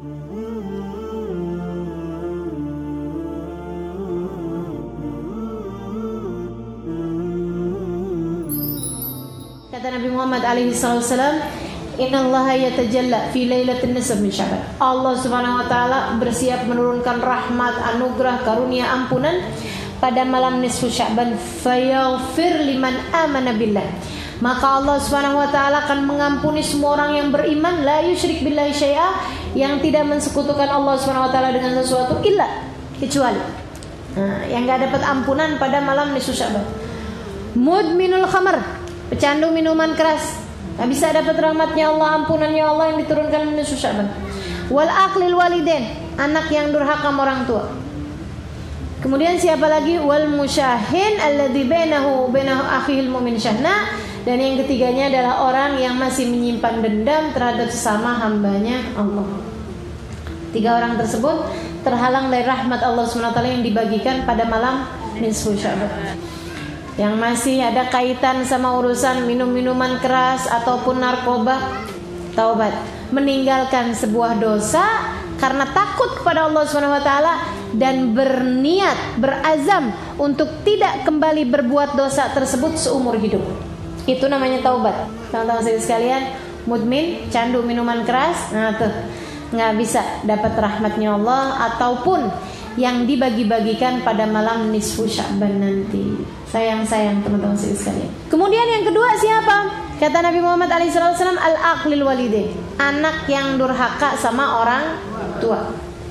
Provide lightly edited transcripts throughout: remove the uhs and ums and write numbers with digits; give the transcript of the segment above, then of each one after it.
Kata Nabi Muhammad alaihi wasallam, "Innallaha yatajalla fi lailatin nisf min Sya'ban." Allah Subhanahu wa taala bersiap menurunkan rahmat, anugerah, karunia, ampunan pada malam nisfu Sya'ban, fayaghfir liman amana billah. Maka Allah Subhanahu wa taala akan mengampuni semua orang yang beriman, la yusyrik billahi syai'a, yang tidak mensekutukan Allah Subhanahu wa taala dengan sesuatu, illa, kecuali. Yang enggak dapat ampunan pada malam nisfu Sya'ban. Mudminul khamr, pecandu minuman keras, nggak bisa dapat rahmatnya Allah, ampunannya Allah yang diturunkan nisfu Sya'ban. Wal aqlil walidain, anak yang durhaka sama orang tua. Kemudian siapa lagi? Wal musyahin alladzi bainahu akhihil mu'min syahna. Dan yang ketiganya adalah orang yang masih menyimpan dendam terhadap sesama hambanya Allah. 3 orang tersebut terhalang dari rahmat Allah SWT yang dibagikan pada malam nisfu Sya'ban. Yang masih ada kaitan sama urusan minum-minuman keras ataupun narkoba, taubat, meninggalkan sebuah dosa karena takut kepada Allah SWT dan berniat, berazam untuk tidak kembali berbuat dosa tersebut seumur hidup. Itu namanya taubat. Teman-teman sekalian, mudmin, candu minuman keras, nah tuh nggak bisa dapat rahmatnya Allah ataupun yang dibagi-bagikan pada malam nisfu Sya'ban nanti. Sayang teman-teman sekalian. Kemudian yang kedua siapa? Kata Nabi Muhammad SAW, al-aqlil walidain, anak yang durhaka sama orang tua.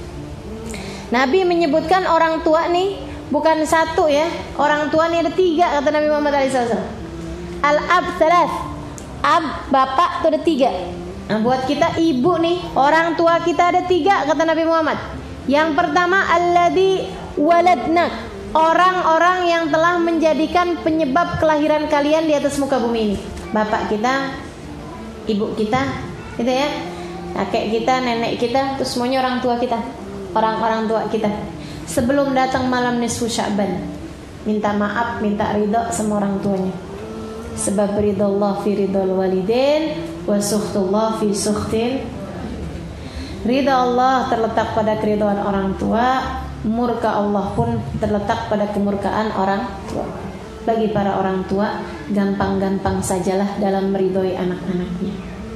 Nabi menyebutkan orang tua nih bukan satu ya, orang tua nih ada 3 kata Nabi Muhammad SAW. Al-ab thalath, ab bapak tuh ada 3. Nah buat kita ibu nih, orang tua kita ada 3 kata Nabi Muhammad. Yang pertama alladzi waladnak, orang-orang yang telah menjadikan penyebab kelahiran kalian di atas muka bumi ini. Bapak kita, ibu kita, gitu ya, kakek kita, nenek kita, terus semuanya orang tua kita, orang-orang tua kita. Sebelum datang malam nisfu Sya'ban, minta maaf, minta ridha sama orang tuanya. Sebab ridallah fi ridal walidain wa sukhtullah fi sukhtin. Ridha Allah terletak pada keridhaan orang tua, murka Allah pun terletak pada kemurkaan orang tua. Bagi para orang tua, gampang-gampang sajalah dalam meridhoi anak-anaknya.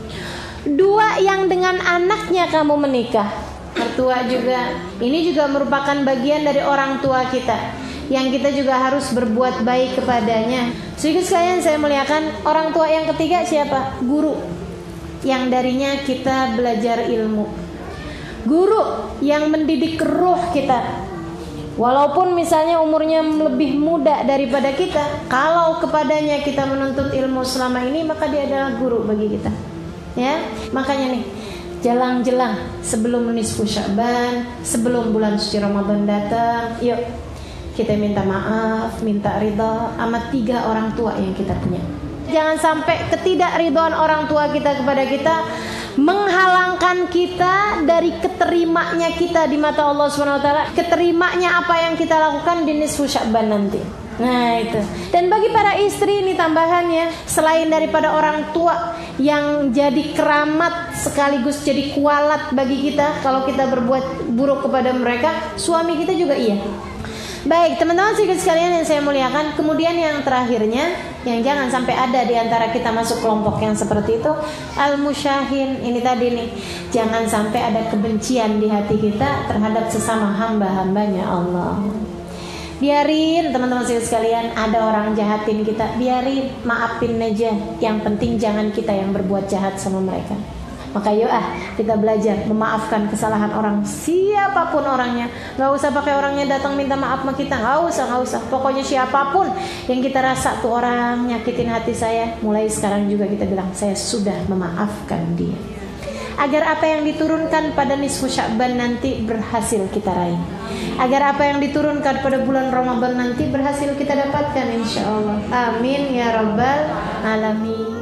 2, yang dengan anaknya kamu menikah, mertua juga. Ini juga merupakan bagian dari orang tua kita, yang kita juga harus berbuat baik kepadanya. Sedikit sekalian saya muliakan, orang tua yang ketiga siapa? Guru, yang darinya kita belajar ilmu. Guru yang mendidik ruh kita. Walaupun misalnya umurnya lebih muda daripada kita, kalau kepadanya kita menuntut ilmu selama ini, maka dia adalah guru bagi kita. Ya, makanya nih, jelang-jelang sebelum nisfu Sya'ban, sebelum bulan suci Ramadan datang, yuk kita minta maaf, minta ridha sama 3 orang tua yang kita punya. Jangan sampai ketidakridhaan orang tua kita kepada kita menghalangkan kita dari keterimanya kita di mata Allah SWT, keterimanya apa yang kita lakukan di nisfu Sya'ban nanti. Nah itu. Dan bagi para istri ini tambahannya, selain daripada orang tua yang jadi keramat sekaligus jadi kualat bagi kita kalau kita berbuat buruk kepada mereka, suami kita juga iya. Baik teman-teman sekalian yang saya muliakan, kemudian yang terakhirnya, yang jangan sampai ada di antara kita masuk kelompok yang seperti itu, al-musyahin. Ini tadi nih, jangan sampai ada kebencian di hati kita terhadap sesama hamba-hambanya Allah. Biarin teman-teman sekalian, ada orang jahatin kita, biarin, maafin aja. Yang penting jangan kita yang berbuat jahat sama mereka. Maka yuk kita belajar memaafkan kesalahan orang, siapapun orangnya. Gak usah pakai orangnya datang minta maaf sama kita, gak usah. Pokoknya siapapun yang kita rasa tuh orang nyakitin hati saya, mulai sekarang juga kita bilang saya sudah memaafkan dia, agar apa yang diturunkan pada nisfu Sya'ban nanti berhasil kita raih, agar apa yang diturunkan pada bulan Ramadan nanti berhasil kita dapatkan insyaallah. Amin ya rabbal alamin.